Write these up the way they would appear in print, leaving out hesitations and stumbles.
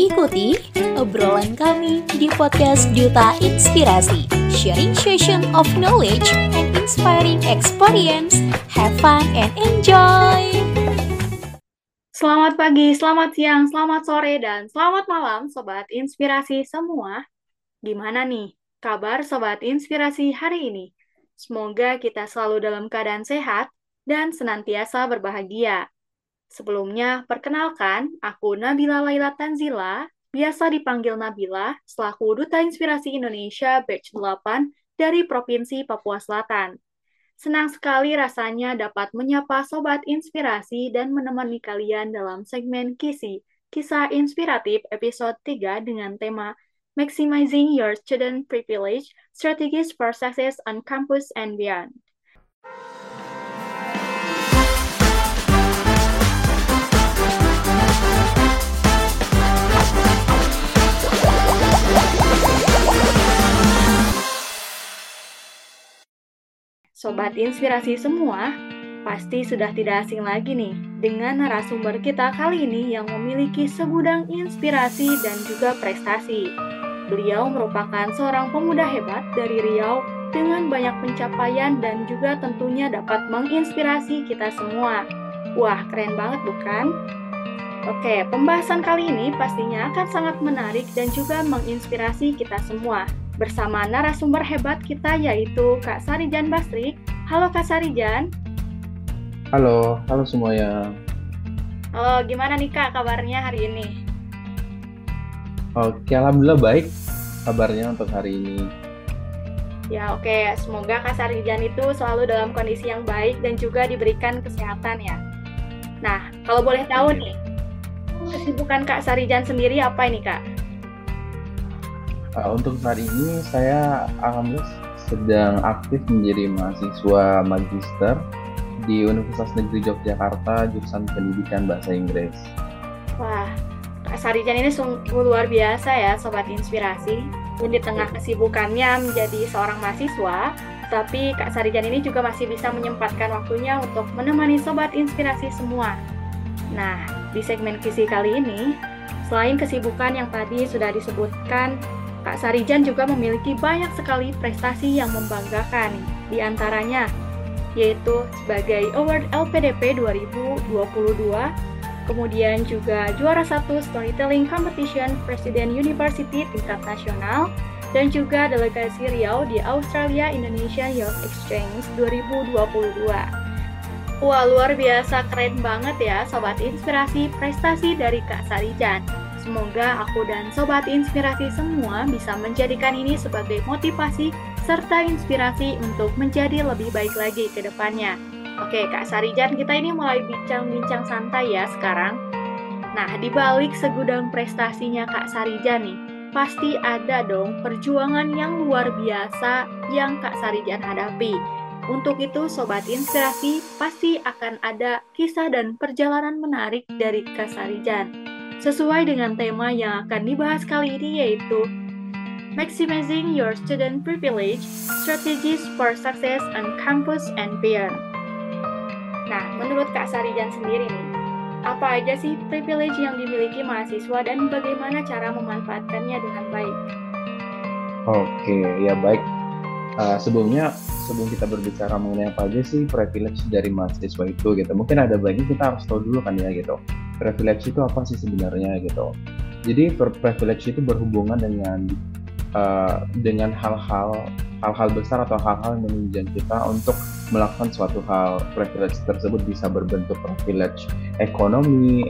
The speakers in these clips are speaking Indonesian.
Ikuti obrolan kami di podcast Duta Inspirasi, sharing session of knowledge and inspiring experience. Have fun and enjoy! Selamat pagi, selamat siang, selamat sore, dan selamat malam Sobat Inspirasi semua. Gimana nih kabar Sobat Inspirasi hari ini? Semoga kita selalu dalam keadaan sehat dan senantiasa berbahagia. Sebelumnya, perkenalkan, aku Nabila Laila Tanzila, biasa dipanggil Nabila, selaku Duta Inspirasi Indonesia Batch 8 dari Provinsi Papua Selatan. Senang sekali rasanya dapat menyapa Sobat Inspirasi dan menemani kalian dalam segmen KISI, Kisah Inspiratif episode 3 dengan tema Maximizing Your Student Privilege, Strategies for Success on Campus and Beyond. Sobat Inspirasi semua, pasti sudah tidak asing lagi nih dengan narasumber kita kali ini yang memiliki segudang inspirasi dan juga prestasi. Beliau merupakan seorang pemuda hebat dari Riau dengan banyak pencapaian dan juga tentunya dapat menginspirasi kita semua. Wah, keren banget bukan? Oke, pembahasan kali ini pastinya akan sangat menarik dan juga menginspirasi kita semua. Bersama narasumber hebat kita yaitu Kak Sarijan Basri. Halo Kak Sarijan. Halo semuanya. Halo, gimana nih Kak kabarnya hari ini? Oke, alhamdulillah baik kabarnya untuk hari ini. Ya oke, semoga Kak Sarijan itu selalu dalam kondisi yang baik dan juga diberikan kesehatan ya. Nah, kalau boleh tahu nih, kesibukan Kak Sarijan sendiri apa ini Kak? Untuk saat ini saya alhamdulillah sedang aktif menjadi mahasiswa magister di Universitas Negeri Yogyakarta jurusan Pendidikan Bahasa Inggris. Wah, Kak Sarijan ini sungguh luar biasa ya Sobat Inspirasi. Dan di tengah kesibukannya menjadi seorang mahasiswa, tapi Kak Sarijan ini juga masih bisa menyempatkan waktunya untuk menemani Sobat Inspirasi semua. Nah, di segmen KISI kali ini, selain kesibukan yang tadi sudah disebutkan, Kak Sarijan juga memiliki banyak sekali prestasi yang membanggakan, di antaranya yaitu sebagai Award LPDP 2022, kemudian juga juara 1 Storytelling Competition Presiden University tingkat nasional, dan juga delegasi Riau di Australia Indonesia Youth Exchange 2022. Wah, luar biasa, keren banget ya Sobat Inspirasi prestasi dari Kak Sarijan. Semoga aku dan Sobat Inspirasi semua bisa menjadikan ini sebagai motivasi serta inspirasi untuk menjadi lebih baik lagi ke depannya. Oke, Kak Sarijan, kita ini mulai bincang-bincang santai ya sekarang. Nah, di balik segudang prestasinya Kak Sarijan nih, pasti ada dong perjuangan yang luar biasa yang Kak Sarijan hadapi. Untuk itu, Sobat Inspirasi pasti akan ada kisah dan perjalanan menarik dari Kak Sarijan. Sesuai dengan tema yang akan dibahas kali ini yaitu Maximizing Your Student Privilege, Strategies for Success on Campus and Beyond. Nah, menurut Kak Sarijan sendiri nih, apa aja sih privilege yang dimiliki mahasiswa dan bagaimana cara memanfaatkannya dengan baik? Oke, ya baik. Sebelum kita berbicara mengenai apa aja sih privilege dari mahasiswa itu gitu, mungkin ada baiknya kita harus tahu dulu kan ya gitu, privilege itu apa sih sebenarnya gitu. Jadi privilege itu berhubungan dengan hal-hal besar atau hal-hal yang menunjang kita untuk melakukan suatu hal. Privilege tersebut bisa berbentuk privilege ekonomi,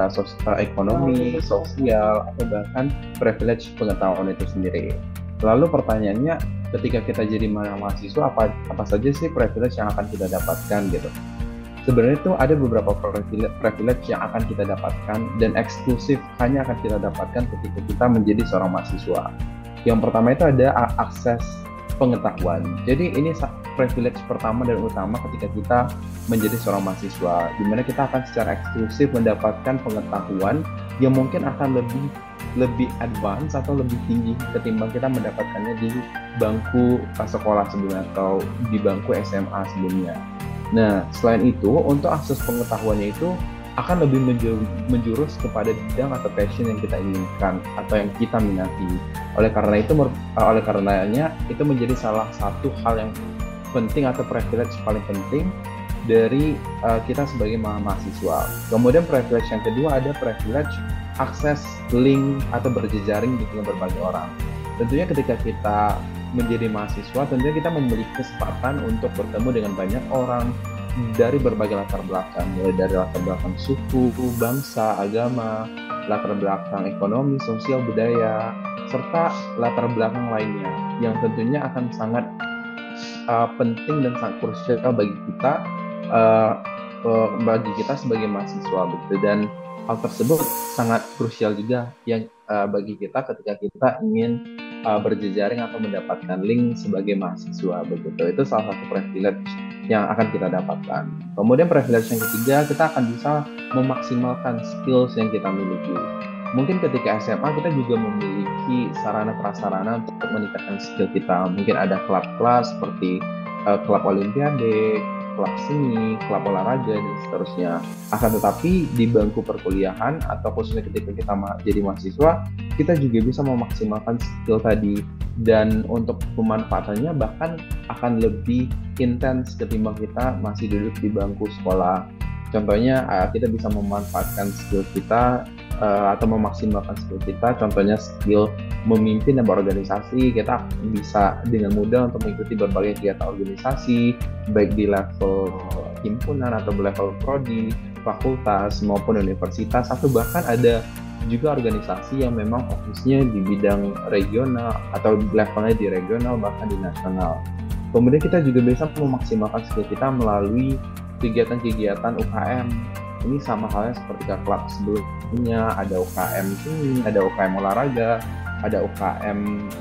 sosial, atau bahkan privilege pengetahuan itu sendiri. Lalu pertanyaannya, ketika kita jadi mahasiswa, apa saja sih privilege yang akan kita dapatkan gitu? Sebenarnya itu ada beberapa privilege yang akan kita dapatkan dan eksklusif hanya akan kita dapatkan ketika kita menjadi seorang mahasiswa. Yang pertama itu ada akses pengetahuan. Jadi ini privilege pertama dan utama ketika kita menjadi seorang mahasiswa, di mana kita akan secara eksklusif mendapatkan pengetahuan yang mungkin akan lebih advance atau lebih tinggi ketimbang kita mendapatkannya di bangku sekolah sebelumnya atau di bangku SMA sebelumnya. Nah, selain itu, untuk akses pengetahuannya itu akan lebih menjurus kepada bidang atau passion yang kita inginkan atau yang kita minati. Oleh karenanya itu menjadi salah satu hal yang penting atau privilege paling penting dari kita sebagai mahasiswa. Kemudian privilege yang kedua ada privilege akses, link atau berjejaring dengan berbagai orang. Tentunya ketika kita menjadi mahasiswa, tentunya kita memiliki kesempatan untuk bertemu dengan banyak orang dari berbagai latar belakang, mulai dari latar belakang suku, bangsa, agama, latar belakang ekonomi, sosial, budaya, serta latar belakang lainnya yang tentunya akan sangat penting dan sangat krusial bagi kita sebagai mahasiswa begitu. Dan hal tersebut sangat krusial juga yang bagi kita ketika kita ingin berjejaring atau mendapatkan link sebagai mahasiswa begitu. Itu salah satu privilege yang akan kita dapatkan. Kemudian privilege yang ketiga, kita akan bisa memaksimalkan skills yang kita miliki. Mungkin ketika SMA kita juga memiliki sarana prasarana untuk meningkatkan skill kita. Mungkin ada klub-klub seperti klub olimpiade, klub seni, klub olahraga, dan seterusnya. Akan tetapi di bangku perkuliahan atau khususnya ketika kita jadi mahasiswa, kita juga bisa memaksimalkan skill tadi, dan untuk pemanfaatannya bahkan akan lebih intens ketimbang kita masih duduk di bangku sekolah. Contohnya kita bisa memanfaatkan skill kita atau memaksimalkan skill kita, contohnya skill memimpin dan berorganisasi. Kita bisa dengan mudah untuk mengikuti berbagai kegiatan organisasi, baik di level himpunan atau level prodi, fakultas maupun universitas, atau bahkan ada juga organisasi yang memang fokusnya di bidang regional atau levelnya di regional bahkan di nasional. Kemudian kita juga bisa memaksimalkan skill kita melalui kegiatan-kegiatan UKM. Ini sama halnya seperti klub sebelumnya, ada UKM seni, ada UKM olahraga, ada UKM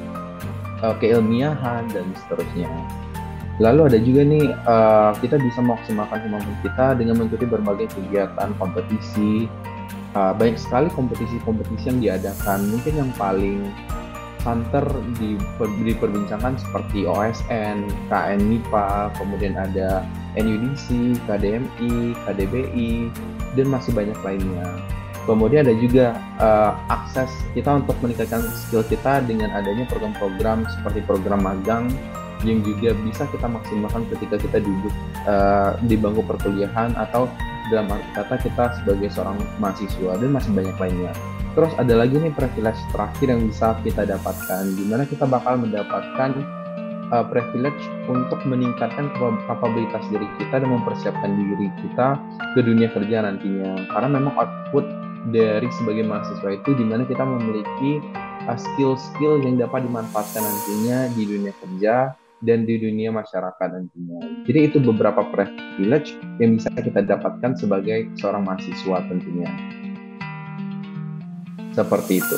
keilmiahan, dan seterusnya. Lalu ada juga nih, kita bisa memaksimalkan kemampuan kita dengan mengikuti berbagai kegiatan kompetisi. Banyak sekali kompetisi-kompetisi yang diadakan. Mungkin yang paling santer diperbincangkan seperti OSN, KN MIPA, kemudian ada NUDC, KDMI, KDBI, dan masih banyak lainnya. Kemudian ada juga akses kita untuk meningkatkan skill kita dengan adanya program-program seperti program magang yang juga bisa kita maksimalkan ketika kita duduk di bangku perkuliahan atau dalam arti kata kita sebagai seorang mahasiswa, dan masih banyak lainnya. Terus ada lagi nih privilege terakhir yang bisa kita dapatkan, di mana kita bakal mendapatkan privilege untuk meningkatkan kapabilitas diri kita dan mempersiapkan diri kita ke dunia kerja nantinya. Karena memang output dari sebagai mahasiswa itu di mana kita memiliki skill-skill yang dapat dimanfaatkan nantinya di dunia kerja dan di dunia masyarakat nantinya. Jadi itu beberapa privilege yang bisa kita dapatkan sebagai seorang mahasiswa tentunya. Seperti itu.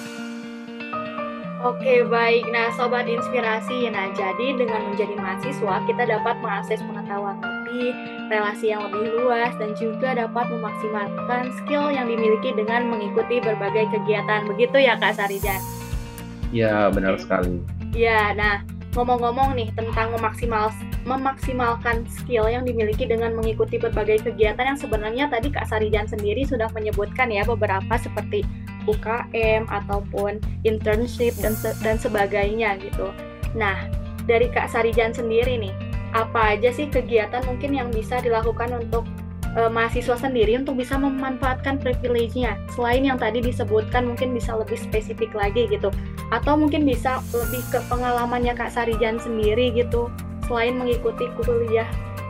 Oke, baik. Nah, Sobat Inspirasi, jadi dengan menjadi mahasiswa, kita dapat mengakses pengetahuan lebih, relasi yang lebih luas, dan juga dapat memaksimalkan skill yang dimiliki dengan mengikuti berbagai kegiatan. Begitu ya, Kak Sarijan? Ya, benar sekali. Ya, nah, ngomong-ngomong nih tentang memaksimalkan skill yang dimiliki dengan mengikuti berbagai kegiatan yang sebenarnya tadi Kak Sarijan sendiri sudah menyebutkan ya beberapa seperti UKM ataupun internship dan sebagainya gitu. Nah, dari Kak Sarijan sendiri nih, apa aja sih kegiatan mungkin yang bisa dilakukan untuk mahasiswa sendiri untuk bisa memanfaatkan privilege-nya? Selain yang tadi disebutkan, mungkin bisa lebih spesifik lagi gitu. Atau mungkin bisa lebih ke pengalamannya Kak Sarijan sendiri gitu, selain mengikuti kuliah.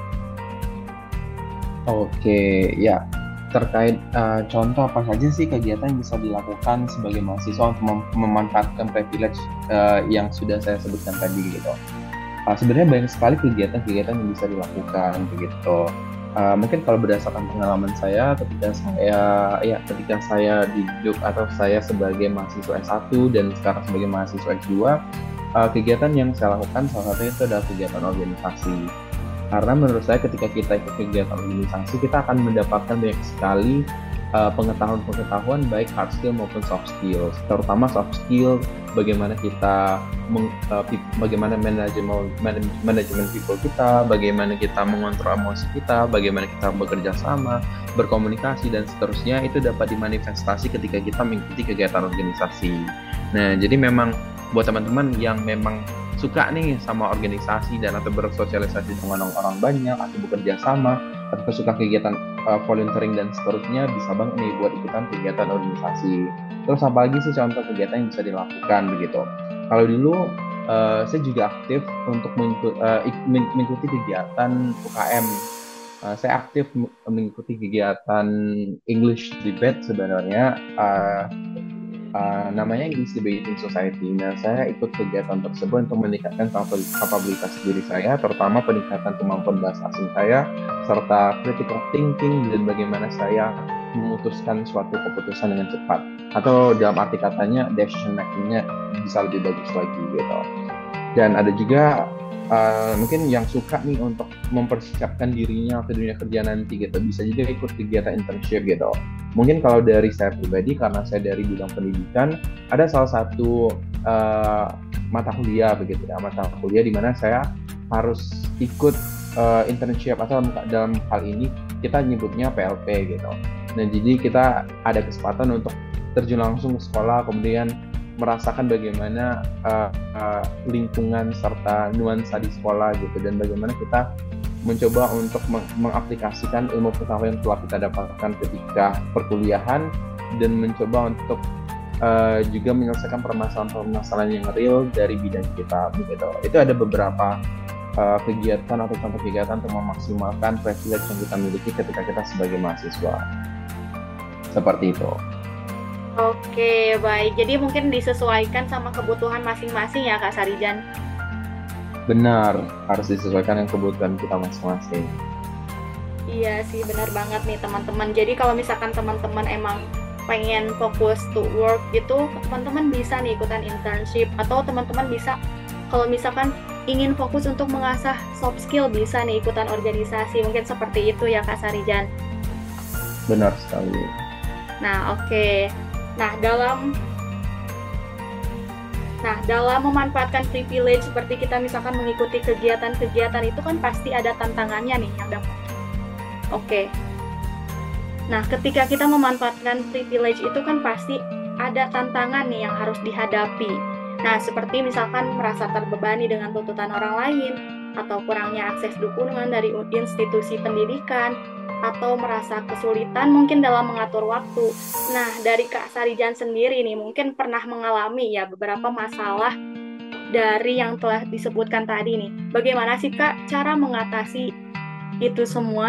Oke, ya. Terkait contoh apa saja sih kegiatan yang bisa dilakukan sebagai mahasiswa untuk memanfaatkan privilege yang sudah saya sebutkan tadi gitu. Sebenarnya banyak sekali kegiatan-kegiatan yang bisa dilakukan begitu. Mungkin kalau berdasarkan pengalaman saya ketika saya duduk atau saya sebagai mahasiswa S1 dan sekarang sebagai mahasiswa S2, kegiatan yang saya lakukan salah satunya itu adalah kegiatan organisasi. Karena menurut saya ketika kita ikut kegiatan organisasi, kita akan mendapatkan banyak sekali pengetahuan baik hard skill maupun soft skill, terutama soft skill bagaimana kita bagaimana manajemen people kita, bagaimana kita mengontrol emosi kita, bagaimana kita bekerja sama, berkomunikasi dan seterusnya, itu dapat dimanifestasi ketika kita mengikuti kegiatan organisasi. Nah, jadi memang buat teman-teman yang memang suka nih sama organisasi dan atau bersosialisasi dengan orang banyak atau bekerja sama atau suka kegiatan volunteering dan seterusnya, bisa banget nih buat ikutan kegiatan organisasi. Terus apa lagi sih contoh kegiatan yang bisa dilakukan begitu? Kalau dulu saya juga aktif untuk mengikuti kegiatan UKM. Saya aktif mengikuti kegiatan English Debate sebenarnya. Namanya English Debating Society. Nah, saya ikut kegiatan tersebut untuk meningkatkan kapabilitas diri saya, terutama peningkatan kemampuan bahasa asing saya, serta critical thinking dan bagaimana saya memutuskan suatu keputusan dengan cepat. Atau dalam arti katanya, decision making-nya bisa lebih bagus lagi gitu. Dan ada juga mungkin yang suka nih untuk mempersiapkan dirinya ke dunia kerja nanti gitu, bisa juga ikut kegiatan internship gitu. Mungkin kalau dari saya pribadi, karena saya dari bidang pendidikan, ada salah satu mata kuliah begitu ya, mata kuliah di mana saya harus ikut internship, atau dalam hal ini kita nyebutnya PLP gitu. Nah, jadi kita ada kesempatan untuk terjun langsung ke sekolah, kemudian merasakan bagaimana lingkungan serta nuansa di sekolah gitu, dan bagaimana kita mencoba untuk mengaplikasikan ilmu pengetahuan yang telah kita dapatkan ketika perkuliahan, dan mencoba untuk juga menyelesaikan permasalahan-permasalahan yang real dari bidang kita begitu. Itu ada beberapa kegiatan atau contoh kegiatan untuk memaksimalkan privilege yang kita miliki ketika kita sebagai mahasiswa. Seperti itu. Oke, baik. Jadi mungkin disesuaikan sama kebutuhan masing-masing ya, Kak Sarijan? Benar, harus disesuaikan dengan kebutuhan kita masing-masing. Iya sih, benar banget nih teman-teman. Jadi kalau misalkan teman-teman emang pengen fokus to work gitu, teman-teman bisa nih ikutan internship, atau teman-teman bisa kalau misalkan ingin fokus untuk mengasah soft skill, bisa nih ikutan organisasi. Mungkin seperti itu ya, Kak Sarijan? Benar sekali. Nah, oke. Nah, dalam memanfaatkan privilege seperti kita misalkan mengikuti kegiatan-kegiatan itu kan pasti ada tantangannya nih yang dapat. Oke. Nah, ketika kita memanfaatkan privilege itu kan pasti ada tantangan nih yang harus dihadapi. Nah, seperti misalkan merasa terbebani dengan tuntutan orang lain, atau kurangnya akses dukungan dari institusi pendidikan, atau merasa kesulitan mungkin dalam mengatur waktu. Nah, dari Kak Sarijan sendiri nih, mungkin pernah mengalami ya beberapa masalah dari yang telah disebutkan tadi nih. Bagaimana sih Kak cara mengatasi itu semua?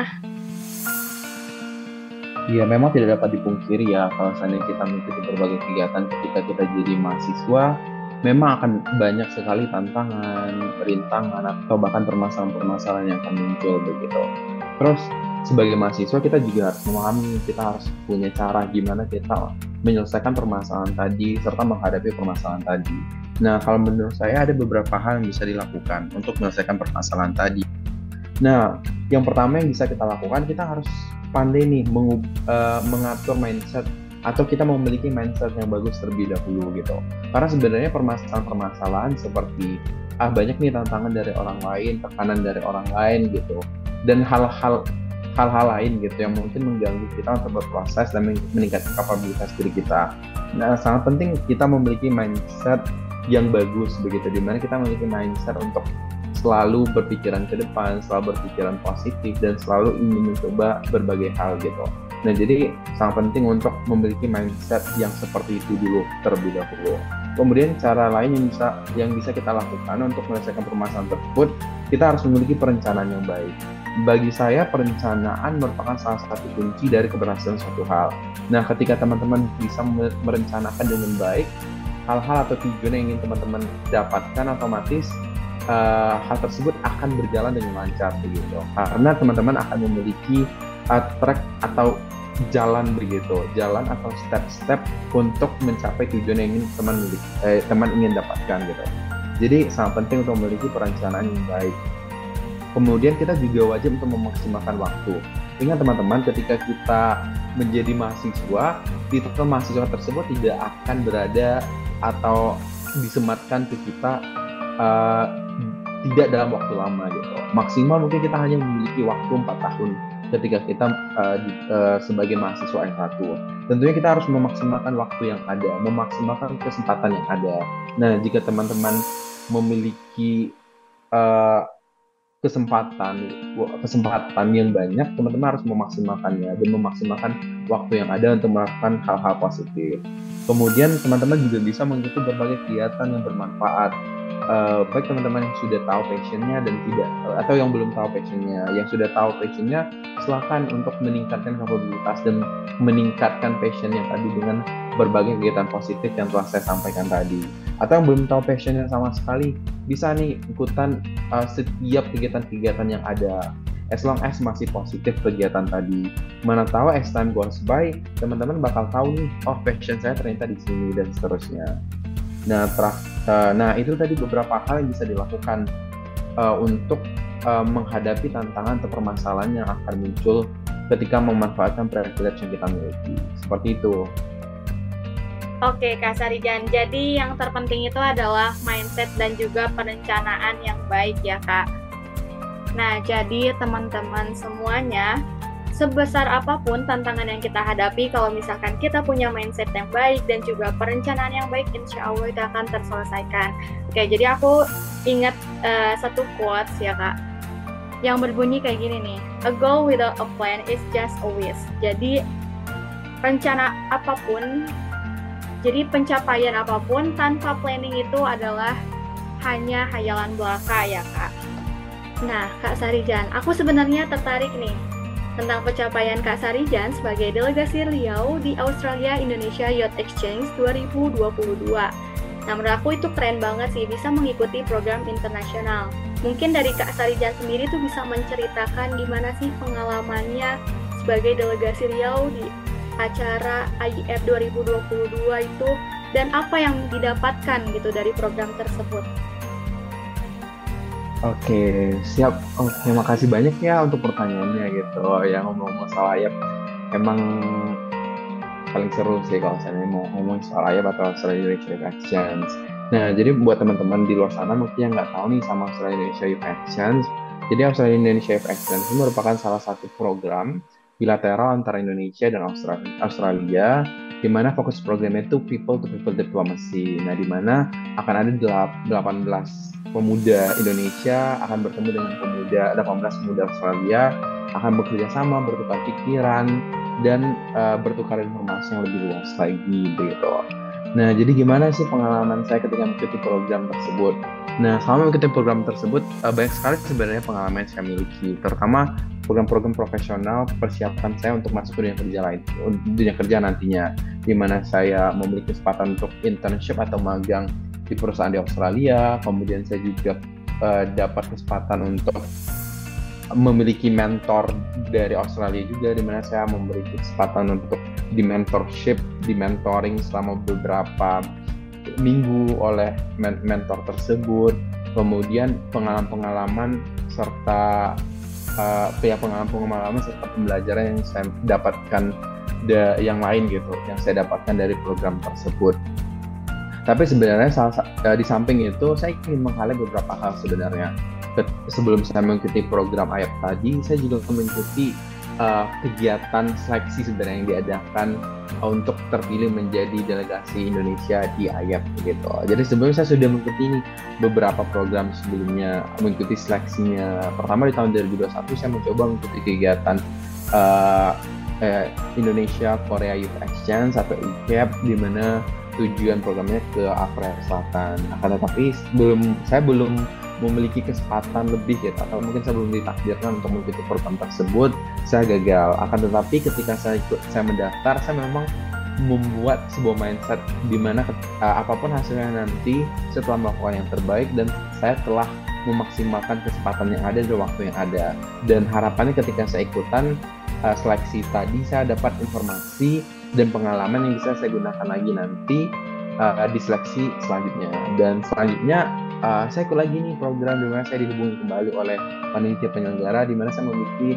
Ya, memang tidak dapat dipungkiri ya, kalau seandainya kita mengikuti berbagai kegiatan ketika kita jadi mahasiswa, memang akan banyak sekali tantangan, rintangan, atau bahkan permasalahan-permasalahan yang akan muncul begitu. Terus, sebagai mahasiswa kita juga harus memahami, kita harus punya cara gimana kita menyelesaikan permasalahan tadi serta menghadapi permasalahan tadi. Nah, kalau menurut saya ada beberapa hal yang bisa dilakukan untuk menyelesaikan permasalahan tadi. Nah, yang pertama yang bisa kita lakukan, kita harus pandai nih mengatur mindset, atau kita memiliki mindset yang bagus terlebih dahulu gitu. Karena sebenarnya permasalahan-permasalahan seperti banyak nih tantangan dari orang lain, tekanan dari orang lain gitu, dan hal-hal lain gitu yang mungkin mengganggu kita untuk berproses dan meningkatkan kapabilitas diri kita. Nah, sangat penting kita memiliki mindset yang bagus begitu, dimana kita memiliki mindset untuk selalu berpikiran ke depan, selalu berpikiran positif, dan selalu ingin mencoba berbagai hal gitu. Nah, jadi sangat penting untuk memiliki mindset yang seperti itu dulu terlebih dahulu. Kemudian cara lain yang bisa kita lakukan untuk menyelesaikan permasalahan tersebut, kita harus memiliki perencanaan yang baik. Bagi saya, perencanaan merupakan salah satu kunci dari keberhasilan suatu hal. Nah, ketika teman-teman bisa merencanakan dengan baik hal-hal atau tujuan yang ingin teman-teman dapatkan, otomatis hal tersebut akan berjalan dengan lancar begitu. Karena teman-teman akan memiliki track atau jalan begitu, jalan atau step-step untuk mencapai tujuan yang ingin teman ingin dapatkan gitu. Jadi sangat penting untuk memiliki perencanaan yang baik. Kemudian kita juga wajib untuk memaksimalkan waktu. Ingat teman-teman, ketika kita menjadi mahasiswa, titel mahasiswa tersebut tidak akan berada atau disematkan ke kita uh, tidak dalam waktu lama gitu. Maksimal mungkin kita hanya memiliki waktu 4 tahun ketika kita sebagai mahasiswa S1. Tentunya kita harus memaksimalkan waktu yang ada, memaksimalkan kesempatan yang ada. Nah, jika teman-teman memiliki uh, kesempatan yang banyak, teman-teman harus memaksimalkannya dan memaksimalkan waktu yang ada untuk melakukan hal-hal positif. Kemudian teman-teman juga bisa mengikuti berbagai kegiatan yang bermanfaat. Baik teman-teman yang sudah tahu passionnya dan tidak, atau yang belum tahu passionnya. Yang sudah tahu passionnya, silakan untuk meningkatkan kapabilitas dan meningkatkan passion yang tadi dengan berbagai kegiatan positif yang telah saya sampaikan tadi. Atau yang belum tahu passionnya sama sekali, bisa nih ikutan setiap kegiatan-kegiatan yang ada. As long as masih positif kegiatan tadi. Mana tahu as time goes by, teman-teman bakal tahu nih, oh passion saya ternyata di sini dan seterusnya. Nah, itu tadi beberapa hal yang bisa dilakukan untuk menghadapi tantangan atau permasalahan yang akan muncul ketika memanfaatkan privilege yang kita miliki. Seperti itu. Oke, Kak Sarijan. Jadi yang terpenting itu adalah mindset dan juga perencanaan yang baik ya, Kak. Nah, jadi teman-teman semuanya, sebesar apapun tantangan yang kita hadapi, kalau misalkan kita punya mindset yang baik dan juga perencanaan yang baik, insya Allah itu akan terselesaikan. Oke, jadi aku ingat satu quotes ya, Kak, yang berbunyi kayak gini nih, a goal without a plan is just a wish. Jadi rencana apapun, jadi pencapaian apapun tanpa planning itu adalah hanya hayalan belaka ya, Kak. Nah, Kak Sarijan, aku sebenarnya tertarik nih tentang pencapaian Kak Sarijan sebagai delegasi Riau di Australia Indonesia Youth Exchange 2022. Nah, menurut aku itu keren banget sih, bisa mengikuti program internasional. Mungkin dari Kak Sarijan sendiri tuh bisa menceritakan gimana sih pengalamannya sebagai delegasi Riau di acara IEF 2022 itu, dan apa yang didapatkan gitu dari program tersebut. Oke, siap. Oke, makasih banyak ya untuk pertanyaannya gitu. Yang ngomong-ngomong soal IEF, emang paling seru sih kalau saya mau ngomong soal IEF atau Australia Indonesia Youth Exchange. Nah, jadi buat teman-teman di luar sana mungkin yang nggak tahu nih sama Australia Indonesia Youth Exchange. Jadi Australia Indonesia Youth Exchange itu merupakan salah satu program bilateral antara Indonesia dan Australia, di mana fokus programnya itu people to people diplomacy. Nah, di mana akan ada 18 pemuda Indonesia akan bertemu dengan 18 pemuda Australia, akan bekerja sama, bertukar pikiran, dan bertukar informasi yang lebih luas lagi gitu. Nah, jadi gimana sih pengalaman saya ketika mengikuti program tersebut? Nah, selama mengikuti program tersebut, banyak sekali sebenarnya pengalaman yang saya miliki, terutama program-program profesional persiapan saya untuk masuk ke dunia kerja nantinya, di mana saya memiliki kesempatan untuk internship atau magang di perusahaan di Australia. Kemudian saya juga dapat kesempatan untuk memiliki mentor dari Australia juga, di mana saya memiliki kesempatan untuk di mentoring selama beberapa minggu oleh mentor tersebut. Kemudian pengalaman-pengalaman serta pengalaman serta pembelajaran yang saya dapatkan yang lain gitu, yang saya dapatkan dari program tersebut. Tapi sebenarnya di samping itu saya ingin meng-highlight beberapa hal sebenarnya. Sebelum saya mengikuti program IEF tadi, saya juga mengikuti kegiatan seleksi sebenarnya yang diadakan untuk terpilih menjadi delegasi Indonesia di IEF gitu. Jadi sebelumnya saya sudah mengikuti beberapa program sebelumnya, mengikuti seleksinya. Pertama di tahun 2021 saya mencoba mengikuti kegiatan Indonesia Korea Youth Exchange atau ICAP, di mana tujuan programnya ke Afrika Selatan. Akan tetapi saya belum memiliki kesempatan lebih gitu, atau mungkin saya belum ditakdirkan untuk mengikuti program tersebut, saya gagal. Akan tetapi ketika saya mendaftar, saya memang membuat sebuah mindset di mana apapun hasilnya nanti setelah melakukan yang terbaik, dan saya telah memaksimalkan kesempatan yang ada dan waktu yang ada. Dan harapannya ketika saya ikutan seleksi tadi, saya dapat informasi dan pengalaman yang bisa saya gunakan lagi nanti di seleksi selanjutnya. Dan selanjutnya saya ikut lagi nih program di mana saya dihubungi kembali oleh panitia penyelenggara, di mana saya memiliki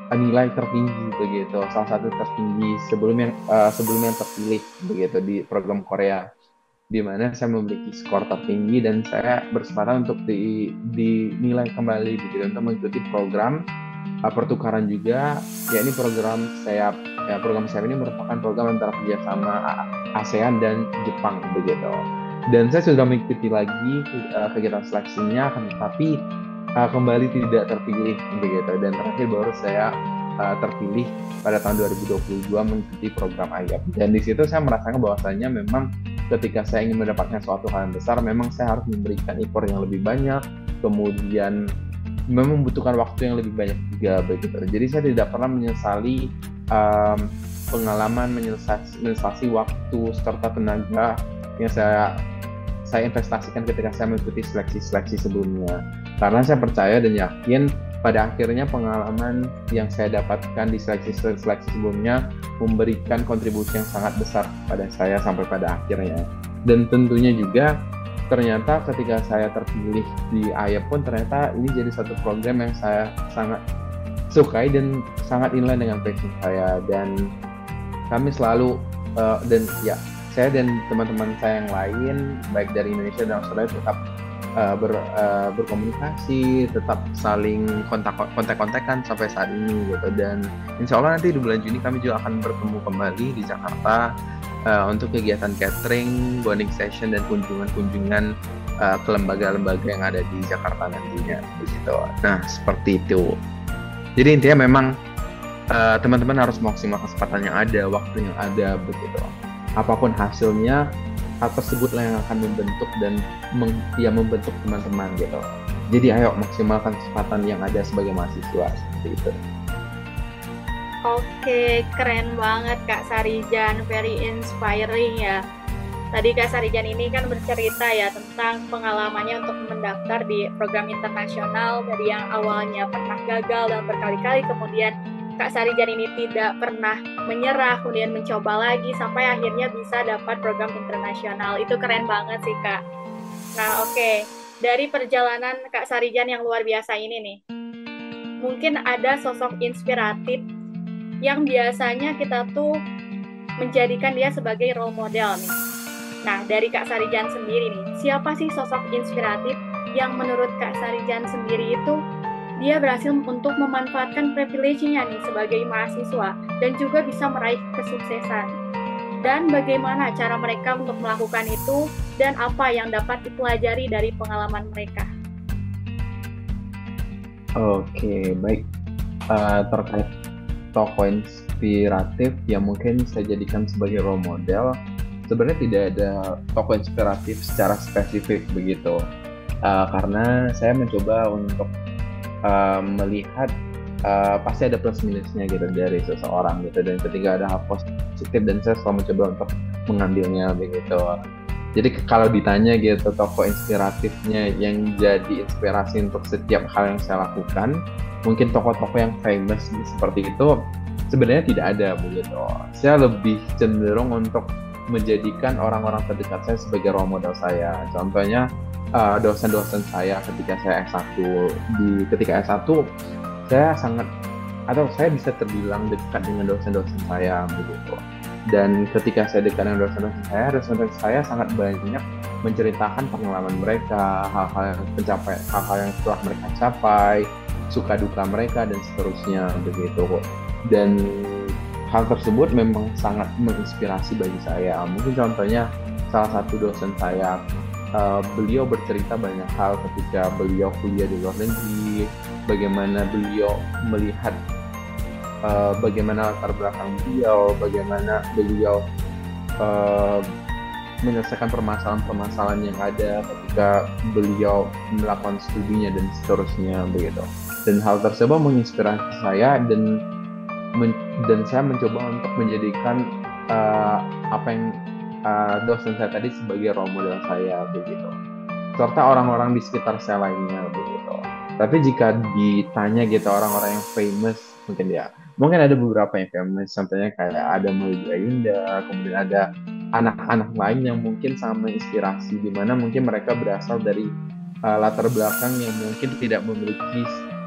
nilai tertinggi begitu, salah satu tertinggi sebelum yang terpilih begitu di program Korea, di mana saya memiliki skor tertinggi dan saya berkesempatan untuk dinilai kembali begitu untuk mengikuti program pertukaran juga. Ya, ini program saya ini merupakan program antara kerjasama ASEAN dan Jepang begitu. Dan saya sudah mengikuti lagi kegiatan seleksinya, tetapi kembali tidak terpilih begitu. Dan terakhir baru saya terpilih pada tahun 2022 mengikuti program IAP. Dan di situ saya merasakan bahwasanya memang ketika saya ingin mendapatkan suatu hal yang besar, memang saya harus memberikan effort yang lebih banyak, kemudian memang membutuhkan waktu yang lebih banyak juga begitu. Jadi saya tidak pernah menyesali pengalaman, menyesali waktu serta tenaga yang saya investasikan ketika saya mengikuti seleksi sebelumnya. Karena saya percaya dan yakin pada akhirnya pengalaman yang saya dapatkan di seleksi sebelumnya memberikan kontribusi yang sangat besar pada saya sampai pada akhirnya. Dan tentunya juga ternyata ketika saya terpilih di IAP pun ternyata ini jadi satu program yang saya sangat sukai dan sangat inline dengan passion saya. Dan kami selalu saya dan teman-teman saya yang lain baik dari Indonesia dan Australia tetap berkomunikasi, tetap saling kontak-kontakan sampai saat ini gitu. Dan insya Allah nanti di bulan Juni kami juga akan bertemu kembali di Jakarta untuk kegiatan catering, bonding session dan kunjungan ke lembaga-lembaga yang ada di Jakarta nantinya begitu. Nah, seperti itu. Jadi intinya memang teman-teman harus maksimal kesempatan yang ada, waktu yang ada begitu. Apapun hasilnya, hal tersebutlah yang akan membentuk dan membentuk teman-teman gitu. Jadi ayo maksimalkan kesempatan yang ada sebagai mahasiswa seperti itu. Oke, keren banget Kak Sarijan, very inspiring ya. Tadi Kak Sarijan ini kan bercerita ya tentang pengalamannya untuk mendaftar di program internasional dari yang awalnya pernah gagal dan berkali-kali, kemudian Kak Sarijan ini tidak pernah menyerah, kemudian mencoba lagi sampai akhirnya bisa dapat program internasional. Itu keren banget sih Kak. Nah oke, dari perjalanan Kak Sarijan yang luar biasa ini nih, mungkin ada sosok inspiratif yang biasanya kita tuh menjadikan dia sebagai role model nih. Nah dari Kak Sarijan sendiri nih, siapa sih sosok inspiratif yang menurut Kak Sarijan sendiri itu dia berhasil untuk memanfaatkan privilege-nya nih sebagai mahasiswa dan juga bisa meraih kesuksesan? Dan bagaimana cara mereka untuk melakukan itu dan apa yang dapat dipelajari dari pengalaman mereka? Oke, baik. Terkait tokoh inspiratif yang mungkin saya jadikan sebagai role model, sebenarnya tidak ada tokoh inspiratif secara spesifik begitu. Karena saya mencoba untuk melihat pasti ada plus minusnya gitu dari seseorang gitu, dan ketika ada hal positif dan saya selalu mencoba untuk mengambilnya begitu. Jadi kalau ditanya gitu tokoh inspiratifnya yang jadi inspirasi untuk setiap hal yang saya lakukan, mungkin tokoh-tokoh yang famous seperti itu sebenarnya tidak ada begitu. Saya lebih cenderung untuk menjadikan orang-orang terdekat saya sebagai role model saya. Contohnya dosen-dosen saya ketika saya S1. Ketika S1 saya bisa terbilang dekat dengan dosen-dosen saya begitu. Dan ketika saya dekat dengan dosen-dosen saya sangat banyak menceritakan pengalaman mereka, hal-hal yang telah mereka capai, suka duka mereka dan seterusnya begitu. Dan hal tersebut memang sangat menginspirasi bagi saya. Mungkin contohnya salah satu dosen saya, beliau bercerita banyak hal ketika beliau kuliah di luar negeri, bagaimana beliau melihat bagaimana latar belakang beliau, bagaimana beliau menyelesaikan permasalahan-permasalahan yang ada ketika beliau melakukan studinya dan seterusnya begitu. Dan hal tersebut menginspirasi saya dan saya mencoba untuk menjadikan apa yang dosen saya tadi sebagai role model saya begitu, serta orang-orang di sekitar saya lainnya begitu. Tapi jika ditanya gitu orang-orang yang famous, mungkin ada beberapa yang famous, contohnya kayak ada Maudy Ayunda, kemudian ada anak-anak lain yang mungkin sama inspirasi, di mana mungkin mereka berasal dari latar belakang yang mungkin tidak memiliki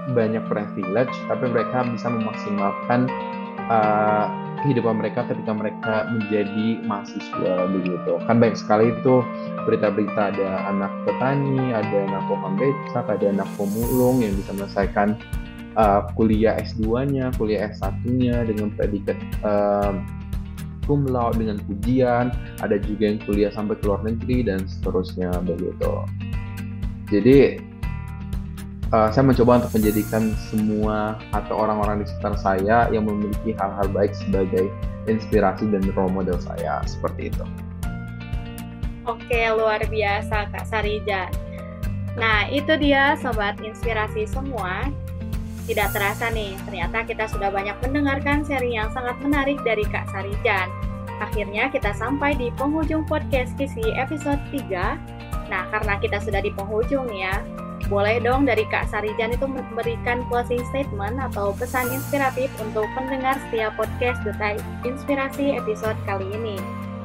banyak privilege, tapi mereka bisa memaksimalkan kehidupan mereka ketika mereka menjadi mahasiswa begitu. Kan banyak sekali itu berita-berita, ada anak petani, ada anak tukang becak, ada anak pemulung yang bisa menyelesaikan kuliah S2-nya, kuliah S1-nya dengan predikat cum laude dengan pujian, ada juga yang kuliah sampai ke luar negeri dan seterusnya begitu. Jadi saya mencoba untuk menjadikan semua atau orang-orang di sekitar saya yang memiliki hal-hal baik sebagai inspirasi dan role model saya, seperti itu. Oke, luar biasa Kak Sarijan. Nah, itu dia Sobat Inspirasi semua. Tidak terasa nih, ternyata kita sudah banyak mendengarkan seri yang sangat menarik dari Kak Sarijan. Akhirnya kita sampai di penghujung podcast Kisi episode 3. Nah, karena kita sudah di penghujung nih ya, boleh dong dari Kak Sarijan itu memberikan closing statement atau pesan inspiratif untuk pendengar setiap podcast Duta Inspirasi episode kali ini.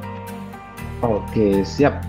Oke, siap.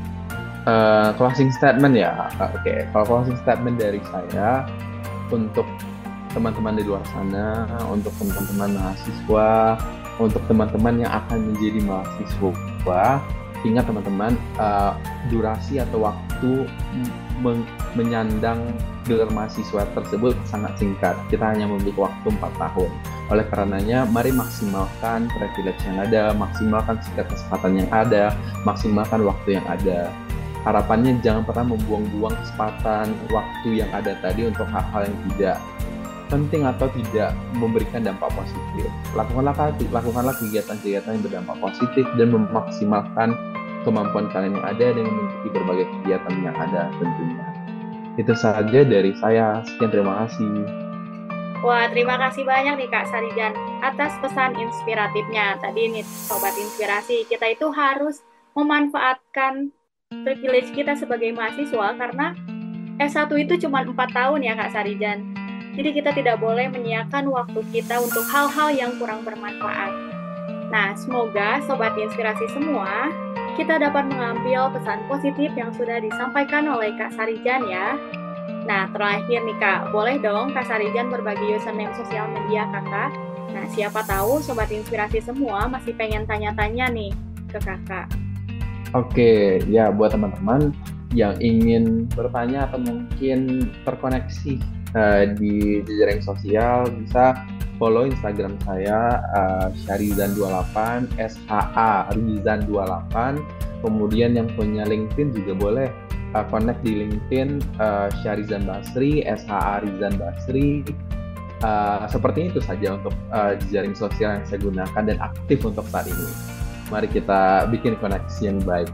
Closing statement ya. Oke, kalau closing statement dari saya untuk teman-teman di luar sana, untuk teman-teman mahasiswa, untuk teman-teman yang akan menjadi mahasiswa, ingat teman-teman, durasi atau waktu menyandang gelar mahasiswa tersebut sangat singkat. Kita hanya memiliki waktu 4 tahun. Oleh karenanya, mari maksimalkan privilege yang ada, maksimalkan segala kesempatan yang ada, maksimalkan waktu yang ada. Harapannya jangan pernah membuang-buang kesempatan waktu yang ada tadi untuk hal-hal yang tidak penting atau tidak memberikan dampak positif. Lakukanlah kegiatan-kegiatan yang berdampak positif dan memaksimalkan kemampuan kalian yang ada dengan mengikuti berbagai kegiatan yang ada tentunya. Itu saja dari saya. Sekian, terima kasih. Wah, terima kasih banyak nih Kak Sarijan atas pesan inspiratifnya. Tadi nih Sobat Inspirasi, kita itu harus memanfaatkan privilege kita sebagai mahasiswa karena S1 itu cuma 4 tahun ya Kak Sarijan. Jadi kita tidak boleh menyiakan waktu kita untuk hal-hal yang kurang bermanfaat. Nah, semoga Sobat Inspirasi semua kita dapat mengambil pesan positif yang sudah disampaikan oleh Kak Sarijan ya. Nah, terakhir nih Kak, boleh dong Kak Sarijan berbagi username sosial media Kakak? Nah, siapa tahu Sobat Inspirasi semua masih pengen tanya-tanya nih ke Kakak. Oke, ya buat teman-teman yang ingin bertanya atau mungkin terkoneksi di jejaring sosial, bisa follow Instagram saya Syarizan28, SHA-Rizan28. Kemudian yang punya LinkedIn juga boleh connect di LinkedIn Syarizan Basri, SHA-Rizan Basri. Seperti itu saja untuk jejaring sosial yang saya gunakan dan aktif untuk saat ini. Mari kita bikin koneksi yang baik.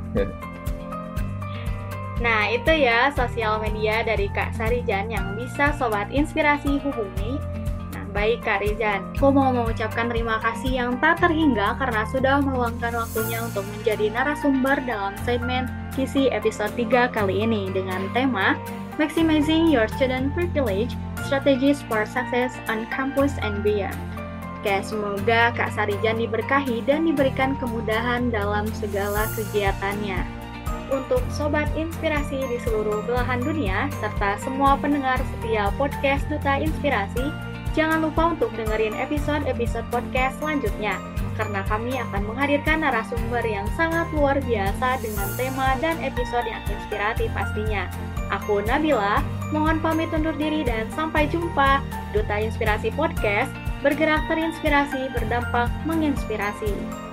Nah, itu ya sosial media dari Kak Sarijan yang bisa Sobat Inspirasi hubungi. Nah, baik Kak Rizan, aku mau mengucapkan terima kasih yang tak terhingga karena sudah meluangkan waktunya untuk menjadi narasumber dalam segmen Kisi episode 3 kali ini dengan tema Maximizing Your Student Privilege, Strategies for Success on Campus and Beyond. Oke, semoga Kak Sarijan diberkahi dan diberikan kemudahan dalam segala kegiatannya. Untuk Sobat Inspirasi di seluruh belahan dunia, serta semua pendengar setia podcast Duta Inspirasi, jangan lupa untuk dengerin episode-episode podcast selanjutnya, karena kami akan menghadirkan narasumber yang sangat luar biasa dengan tema dan episode yang inspiratif pastinya. Aku Nabila, mohon pamit undur diri dan sampai jumpa. Duta Inspirasi Podcast, bergerak terinspirasi, berdampak menginspirasi.